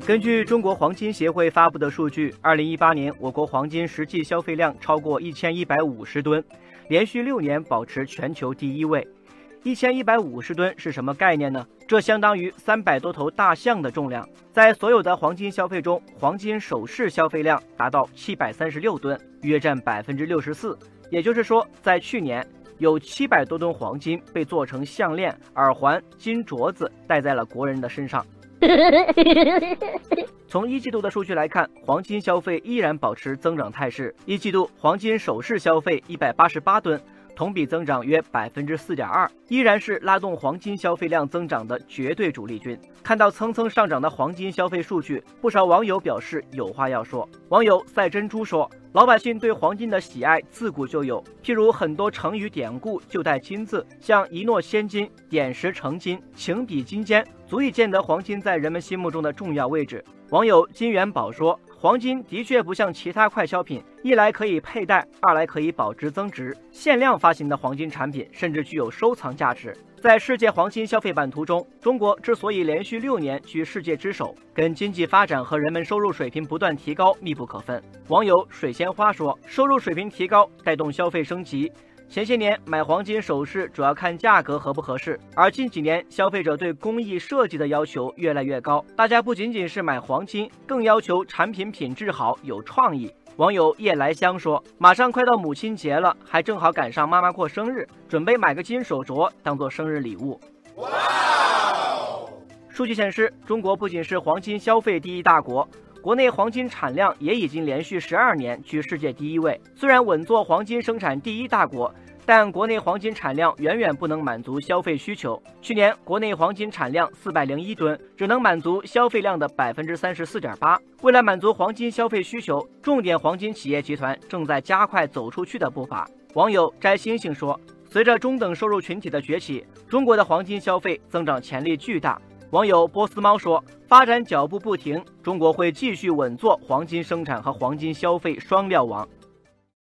根据中国黄金协会发布的数据，2018年我国黄金实际消费量超过1150吨，连续6年保持全球第1位。1150吨是什么概念呢？这相当于300多头大象的重量。在所有的黄金消费中，黄金首饰消费量达到736吨，约占64%。也就是说，在去年有700多吨黄金被做成项链、耳环、金镯子戴在了国人的身上。从1季度的数据来看，黄金消费依然保持增长态势。1季度黄金首饰消费188吨，同比增长约4.2%，依然是拉动黄金消费量增长的绝对主力军。看到蹭蹭上涨的黄金消费数据，不少网友表示有话要说。网友赛珍珠说，老百姓对黄金的喜爱自古就有，譬如很多成语典故就带金字，像一诺千金、点石成金、情比金坚，足以见得黄金在人们心目中的重要位置。网友金元宝说，黄金的确不像其他快消品，一来可以佩戴，二来可以保值增值。限量发行的黄金产品甚至具有收藏价值。在世界黄金消费版图中，中国之所以连续6年居世界之首，跟经济发展和人们收入水平不断提高密不可分。网友水仙花说，收入水平提高带动消费升级。前些年买黄金首饰主要看价格合不合适，而近几年消费者对工艺设计的要求越来越高，大家不仅仅是买黄金，更要求产品品质好、有创意。网友夜来香说，马上快到母亲节了，还正好赶上妈妈过生日，准备买个金手镯当做生日礼物。数据显示，中国不仅是黄金消费第1大国，国内黄金产量也已经连续12年居世界第1位。虽然稳坐黄金生产第1大国，但国内黄金产量远远不能满足消费需求。去年国内黄金产量401吨，只能满足消费量的34.8%。为了满足黄金消费需求，重点黄金企业集团正在加快走出去的步伐。网友摘星星说，随着中等收入群体的崛起，中国的黄金消费增长潜力巨大。网友波斯猫说，发展脚步不停，中国会继续稳坐黄金生产和黄金消费双料王。